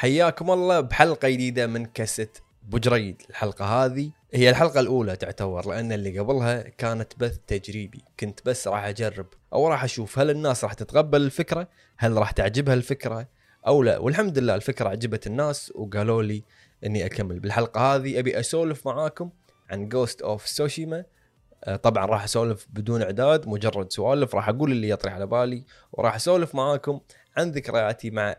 حياكم الله بحلقة جديدة من كاسيت بوجريد. الحلقة هذه هي الحلقة الأولى تعتبر، لأن اللي قبلها كانت بث تجريبي. كنت بس راح أجرب أو راح أشوف هل الناس راح تتقبل الفكرة، هل راح تعجبها الفكرة أو لا. والحمد لله الفكرة عجبت الناس وقالوا لي أني أكمل. بالحلقة هذه أبي أسولف معاكم عن Ghost of Tsushima. طبعا راح أسولف بدون إعداد، مجرد سوالف، راح أقول اللي يطري على بالي، وراح أسولف معاكم عن ذكرياتي مع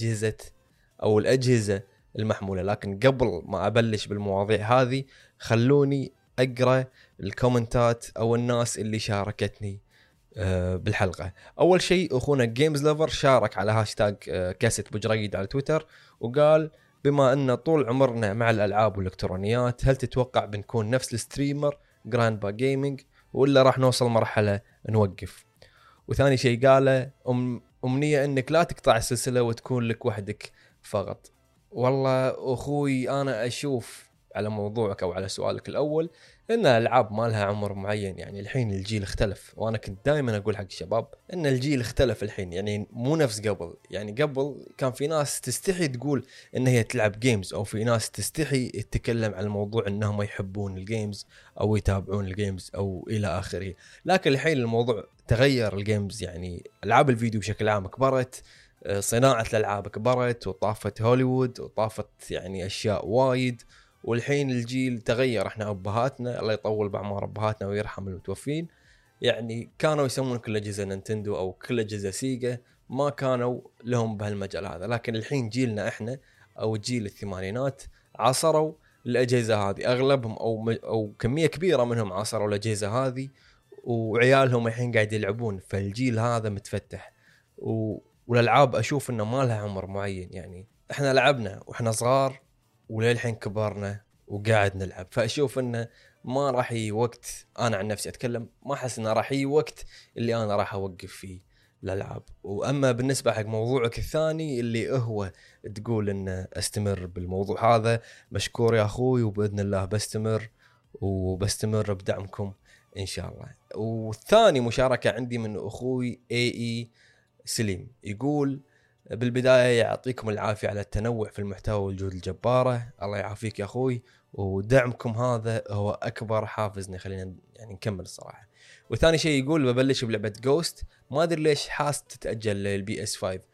الأجهزة المحمولة. لكن قبل ما أبلش بالمواضيع هذه خلوني أقرأ الكومنتات أو الناس اللي شاركتني بالحلقة. أول شيء أخونا جيمز لوفر شارك على هاشتاج كاسيت بوجريد على تويتر وقال: بما أن طول عمرنا مع الألعاب والإلكترونيات، هل تتوقع بنكون نفس الستريمر جراندبا جيمنج ولا راح نوصل مرحلة نوقف؟ وثاني شيء قاله: أمنية أنك لا تقطع السلسلة وتكون لك وحدك فقط. والله أخوي أنا أشوف على موضوعك أو على سؤالك الأول إن الألعاب ما لها عمر معين. يعني الحين الجيل اختلف، وأنا كنت دائما أقول حق الشباب إن الجيل اختلف الحين، يعني مو نفس قبل. يعني قبل كان في ناس تستحي تقول إن هي تلعب جيمز، أو في ناس تستحي تتكلم عن الموضوع إنهم يحبون الجيمز أو يتابعون الجيمز أو إلى آخره. لكن الحين الموضوع تغير. الجيمز يعني ألعاب الفيديو بشكل عام كبرت، صناعة الألعاب كبرت وطافت هوليوود وطافت يعني أشياء وايد. والحين الجيل تغير. احنا أبهاتنا الله يطول بعمر أبهاتنا ويرحم المتوفين، يعني كانوا يسمون كل أجهزة نينتندو أو كل أجهزة سيجا، ما كانوا لهم بهالمجال هذا. لكن الحين جيلنا احنا أو جيل الثمانينات عصروا الأجهزة هذه، أغلبهم أو كمية كبيرة منهم عصروا الأجهزة هذه، وعيالهم الحين قاعد يلعبون. فالجيل هذا متفتح، والألعاب أشوف إنه ما لها عمر معين. يعني إحنا لعبنا وإحنا صغار وللحين كبرنا وقاعد نلعب. فأشوف إنه ما راح يجي وقت، أنا عن نفسي أتكلم، ما أحس إنه راح يجي وقت اللي أنا راح أوقف فيه الألعاب. وأما بالنسبة حق موضوعك الثاني اللي هو تقول إن أستمر بالموضوع هذا، مشكور يا أخوي، وبإذن الله بستمر بدعمكم إن شاء الله. والثاني مشاركة عندي من أخوي AE سليم، يقول: بالبداية يعطيكم العافية على التنوع في المحتوى والجهود الجبارة. الله يعافيك يا أخوي، ودعمكم هذا هو أكبر حافزنا خلينا يعني نكمل الصراحة. وثاني شيء يقول: ببلش بلعبة جوست، ما أدري ليش حاس تتأجل للبي اس 5.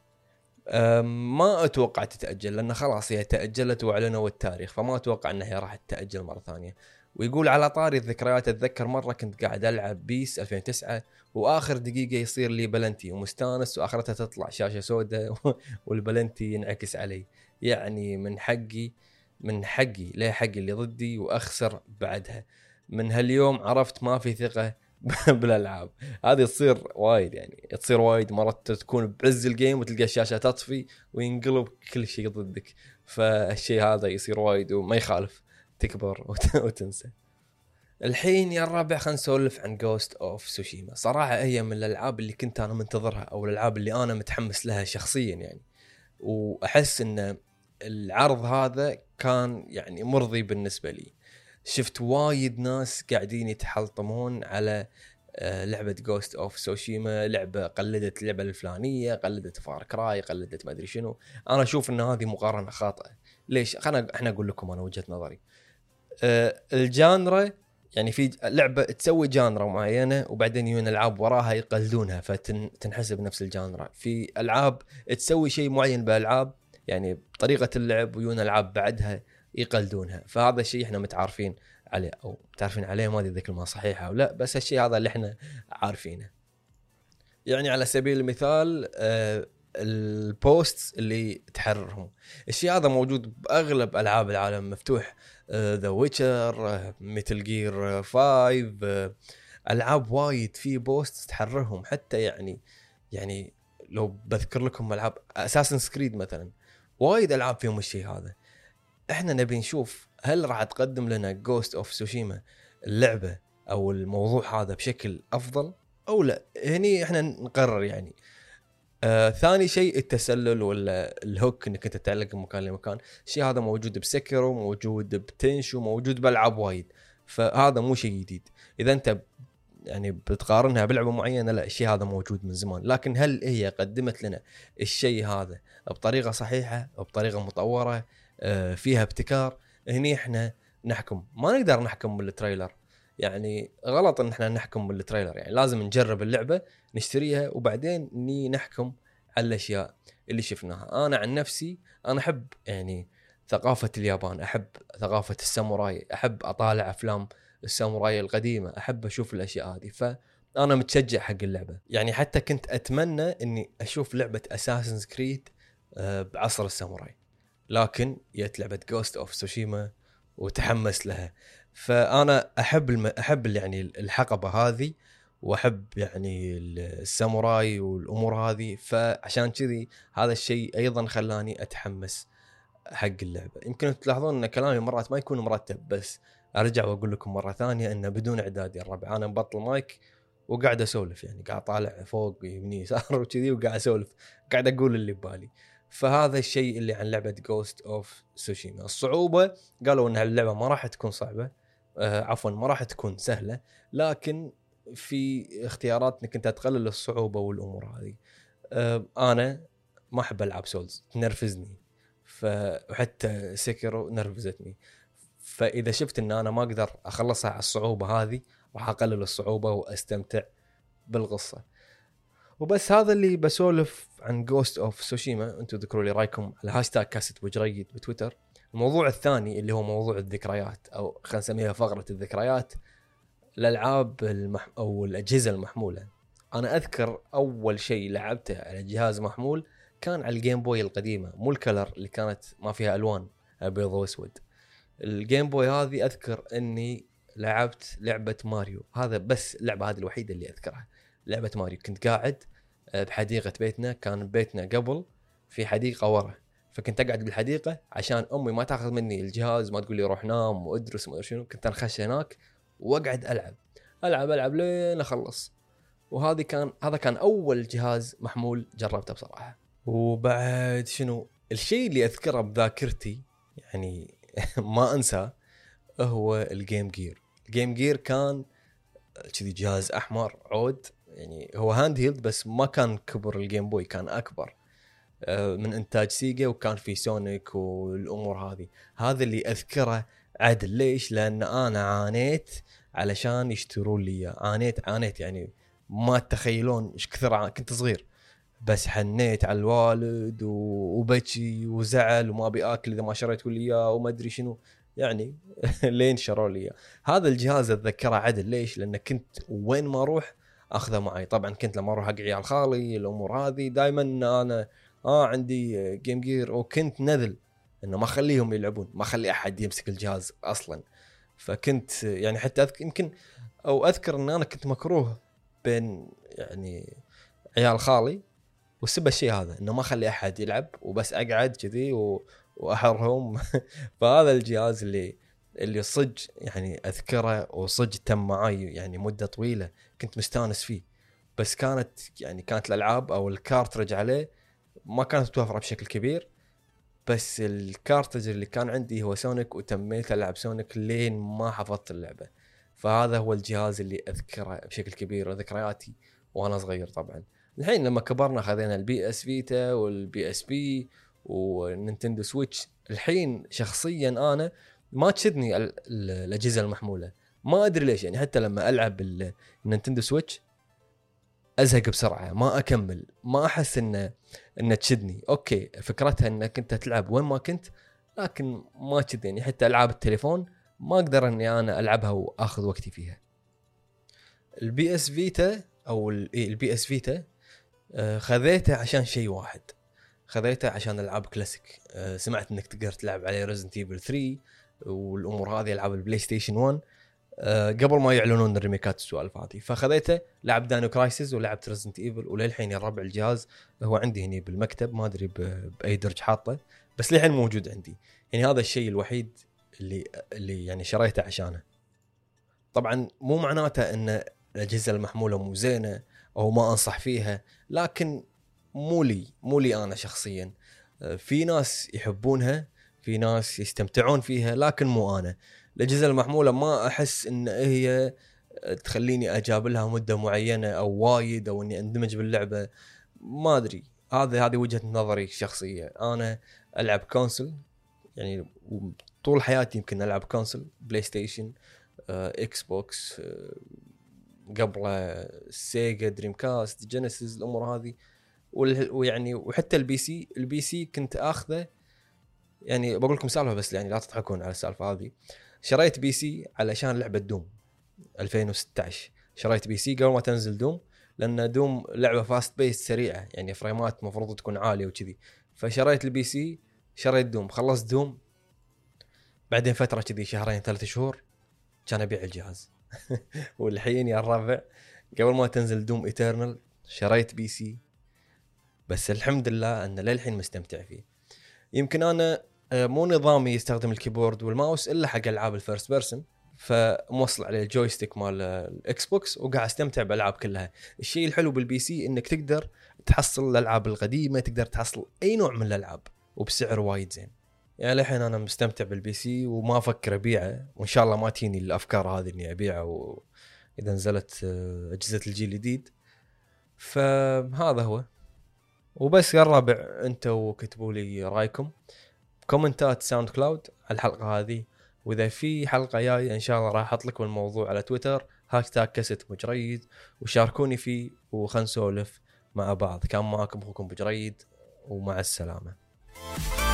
ما أتوقع تتأجل، لأن خلاص هي تأجلت وأعلنوا التاريخ، فما أتوقع أنها راح تتأجل مرة ثانية. ويقول: على طاري الذكريات، أتذكر مرة كنت قاعد ألعب بيس 2009 وآخر دقيقة يصير لي بلنتي ومستانس، وآخرتها تطلع شاشة سوداء والبلنتي ينعكس علي. يعني من حقي ليه حقي اللي ضدي وأخسر بعدها. من هاليوم عرفت ما في ثقة بالألعاب. هذه تصير وايد، يعني تصير وايد مرات تكون بعز الجيم وتلقى الشاشة تطفي وينقلب كل شيء ضدك. فالشيء هذا يصير وايد وما يخالف تكبر وتنسى. الحين يا الربع خلينا نسولف عن Ghost of Tsushima. صراحة هي من الألعاب اللي كنت أنا منتظرها، أو الألعاب اللي أنا متحمس لها شخصيا يعني. وأحس إن العرض هذا كان يعني مرضي بالنسبة لي. شفت وايد ناس قاعدين يتحلطمون على لعبة Ghost of Tsushima، لعبة قلدت اللعبة الفلانية، قلدت فار كراي، قلدت ما أدري شنو. أنا أشوف إن هذه مقارنة خاطئة. ليش؟ احنا أقول لكم أنا وجهة نظري. الجانرا، يعني في لعبة تسوي جانرا معينة وبعدين يجون ألعاب وراها يقلدونها فتنحسب نفس الجانرا. في ألعاب تسوي شيء معين بألعاب يعني بطريقة اللعب، ويجون ألعاب بعدها يقلدونها. فهذا الشيء احنا متعارفين عليه، أو متعارفين عليه، ما أدري إذا كلمة صحيحة أو لا، بس الشيء هذا اللي احنا عارفينه. يعني على سبيل المثال البوستس اللي تحررهم، الشيء هذا موجود بأغلب ألعاب العالم مفتوح. ذا ويتشر، ميتل جير 5، ألعاب وايد في بوستس تحررهم. حتى يعني لو بذكر لكم ألعاب أساسن سكريد مثلا، وايد ألعاب فيهم الشيء هذا. احنا نبي نشوف هل راح تقدم لنا جوست اوف سوشيما اللعبة أو الموضوع هذا بشكل أفضل أو لا. هني احنا نقرر يعني. ثاني شيء التسلل ولا الهوك، انك انت تعلق من مكان لمكان. الشيء هذا موجود بسكرو، موجود بتنشو، موجود بألعاب وايد. فهذا مو شيء جديد. اذا انت يعني بتقارنها بلعبه معينه، لا الشيء هذا موجود من زمان. لكن هل هي قدمت لنا الشيء هذا بطريقه صحيحه او بطريقه مطوره فيها ابتكار؟ هني احنا نحكم، ما نقدر نحكم بالتريلر. يعني غلط ان احنا نحكم بالتريلر، يعني لازم نجرب اللعبه نشتريها وبعدين نحكم على الاشياء اللي شفناها. انا عن نفسي انا احب يعني ثقافه اليابان، احب ثقافه الساموراي، احب اطالع افلام الساموراي القديمه، احب اشوف الاشياء هذه، فانا متشجع حق اللعبه. يعني حتى كنت اتمنى اني اشوف لعبه اساسنز كريد بعصر الساموراي، لكن جت لعبه جوست اوف سوشيما وتحمس لها. فانا احب يعني الحقبه هذه، واحب يعني الساموراي والامور هذه، فعشان كذي هذا الشيء ايضا خلاني اتحمس حق اللعبه. يمكن تلاحظون ان كلامي مرات ما يكون مرتب، بس ارجع واقول لكم مره ثانيه انه بدون اعداد يا الربع. انا مبطل مايك وقاعد اسولف، يعني قاعد طالع فوق يمني يسار وكذي وقاعد اسولف، قاعد اقول اللي ببالي. فهذا الشيء اللي عن لعبه جوست اوف سوشيما. الصعوبه قالوا ان اللعبه ما راح تكون صعبه، عفوا ما راح تكون سهله، لكن في اختيارات انك انت تقلل الصعوبه والامور هذه. انا ما احب العب سولز، تنرفزني، وحتى سيكيرو نرفزتني. فاذا شفت ان انا ما اقدر اخلصها على الصعوبه هذه، راح اقلل الصعوبه واستمتع بالقصه. وبس هذا اللي بسولف عن جوست اوف سوشيما. انتم ذكروا لي رايكم على هاشتاج كاسة بجريد بتويتر. الموضوع الثاني اللي هو موضوع الذكريات، او خلينا نسميها فقره الذكريات، الالعاب او الاجهزه المحموله. انا اذكر اول شيء لعبته على جهاز محمول كان على الجيم بوي القديمه، مو الكلر اللي كانت ما فيها الوان، بيض واسود. الجيم بوي هذه اذكر اني لعبت لعبه ماريو، هذا بس اللعبه هذه الوحيده اللي اذكرها، لعبه ماريو. كنت قاعد بحديقه بيتنا، كان بيتنا قبل في حديقه ورا، فكنت اقعد بالحديقه عشان امي ما تاخذ مني الجهاز، ما تقول لي روح نام وادرس ما شنو. كنت انخش هناك واقعد العب لين اخلص. هذا كان اول جهاز محمول جربته بصراحه. وبعد شنو الشيء اللي اذكره بذاكرتي يعني ما انسى، هو الجيم جير كان كذي جهاز احمر عود، يعني هو هاند هيلد بس ما كان كبر الجيم بوي، كان اكبر، من انتاج سيجا، وكان في سونيك والامور هذه. هذا اللي اذكره عدل. ليش؟ لان انا عانيت علشان يشترون لي، عانيت يعني ما تتخيلون ايش كثر كنت صغير، بس حنيت على الوالد وبكي وزعل وما ابي اكل اذا ما شريت لي اياه وما ادري شنو يعني لين شروا لي. هذا الجهاز اتذكره عدل. ليش؟ لان كنت وين ما اروح اخذه معي. طبعا كنت لما اروح اقعي على خالي الامور هذه دائما انا عندي جيم جير، وكنت نذل انه ما اخليهم يلعبون، ما اخلي احد يمسك الجهاز اصلا. فكنت يعني حتى يمكن او اذكر ان انا كنت مكروه بين يعني عيال خالي، والسبب الشيء هذا انه ما اخلي احد يلعب وبس اقعد كذي واحرهم فهذا الجهاز اللي صج يعني اذكره وصج تم معي يعني مده طويله، كنت مستانس فيه. بس كانت الالعاب او الكارترج عليه ما كانت متوفره بشكل كبير، بس الكارترج اللي كان عندي هو سونيك، وتميت العب سونيك لين ما حفظت اللعبه. فهذا هو الجهاز اللي اذكره بشكل كبير وذكرياتي وانا صغير. طبعا الحين لما كبرنا خذينا البي اس فيتا والبي اس بي والنينتندو سويتش. الحين شخصيا انا ما تشدني الاجهزه المحموله، ما ادري ليش. يعني حتى لما العب النينتندو سويتش ازهق بسرعه، ما اكمل، ما احس ان تشدني. اوكي فكرتها انك انت تلعب وين ما كنت، لكن ما تشدني. حتى العاب التليفون ما اقدر اني انا العبها واخذ وقتي فيها. البي اس فيتا او البي اس فيتا خذيته عشان شيء واحد، خذيته عشان العاب كلاسيك. سمعت انك تقدر تلعب عليه ريزنت ايفل 3 والامور هذه، العاب البلاي ستيشن 1 قبل ما يعلنون الريميكات السوالف هذه. فخذيته لعب دانو كرايسيس ولعبت ريزنت ايفل، وللحين يا الربع الجهاز هو عندي هني بالمكتب، ما ادري باي درج حاطه، بس للحين موجود عندي. يعني هذا الشيء الوحيد اللي يعني شريته عشانه. طبعا مو معناته ان الاجهزه المحموله مو زينه او ما انصح فيها، لكن مو لي انا شخصيا. في ناس يحبونها، في ناس يستمتعون فيها، لكن مو انا. الاجهزه المحموله ما احس ان هي تخليني اجاب لها مده معينه او وايد، او اني اندمج باللعبه، ما ادري. هذه وجهه نظري الشخصيه. انا العب كونسل يعني، طول حياتي يمكن العب كونسل، بلاي ستيشن، اكس بوكس، قبله سيجا، دريم كاست، جينيسيس، الامور هذه. ويعني وحتى البي سي كنت اخذه. يعني بقول لكم سالفه بس يعني لا تضحكون على السالفه هذه. شريت بي سي علشان لعبه دوم 2016. شريت بي سي قبل ما تنزل دوم، لان دوم لعبه فاست بيس سريعه، يعني فريمات مفروض تكون عاليه وكذي. فشريت البي سي، شريت دوم، خلصت دوم، بعدين فتره كذي شهرين 3 شهور كان ابيع الجهاز. والحين يا الربع قبل ما تنزل دوم ايترنال شريت بي سي، بس الحمد لله ان للحين مستمتع فيه. يمكن انا مو نظامي يستخدم الكيبورد والماوس الا حق العاب الفيرست بيرسون، فموصل عليه الجويستيك مال الاكس بوكس وقاعد استمتع بالالعاب كلها. الشيء الحلو بالبي سي انك تقدر تحصل الالعاب القديمه، تقدر تحصل اي نوع من الالعاب وبسعر وايد زين. يعني الحين انا مستمتع بالبي سي وما افكر ابيعه، وان شاء الله ما تجيني الافكار هذه اني ابيعه اذا نزلت اجهزه الجيل الجديد. فهذا هو وبس. يا الربع انتوا كتبوا لي رايكم كومنتات ساوند كلاود على الحلقه هذه، واذا في حلقه جايه ان شاء الله راح احط لكم الموضوع على تويتر #كست بجريد، وشاركوني فيه وخلنا نسولف مع بعض. كان معكم اخوكم بجريد، ومع السلامه.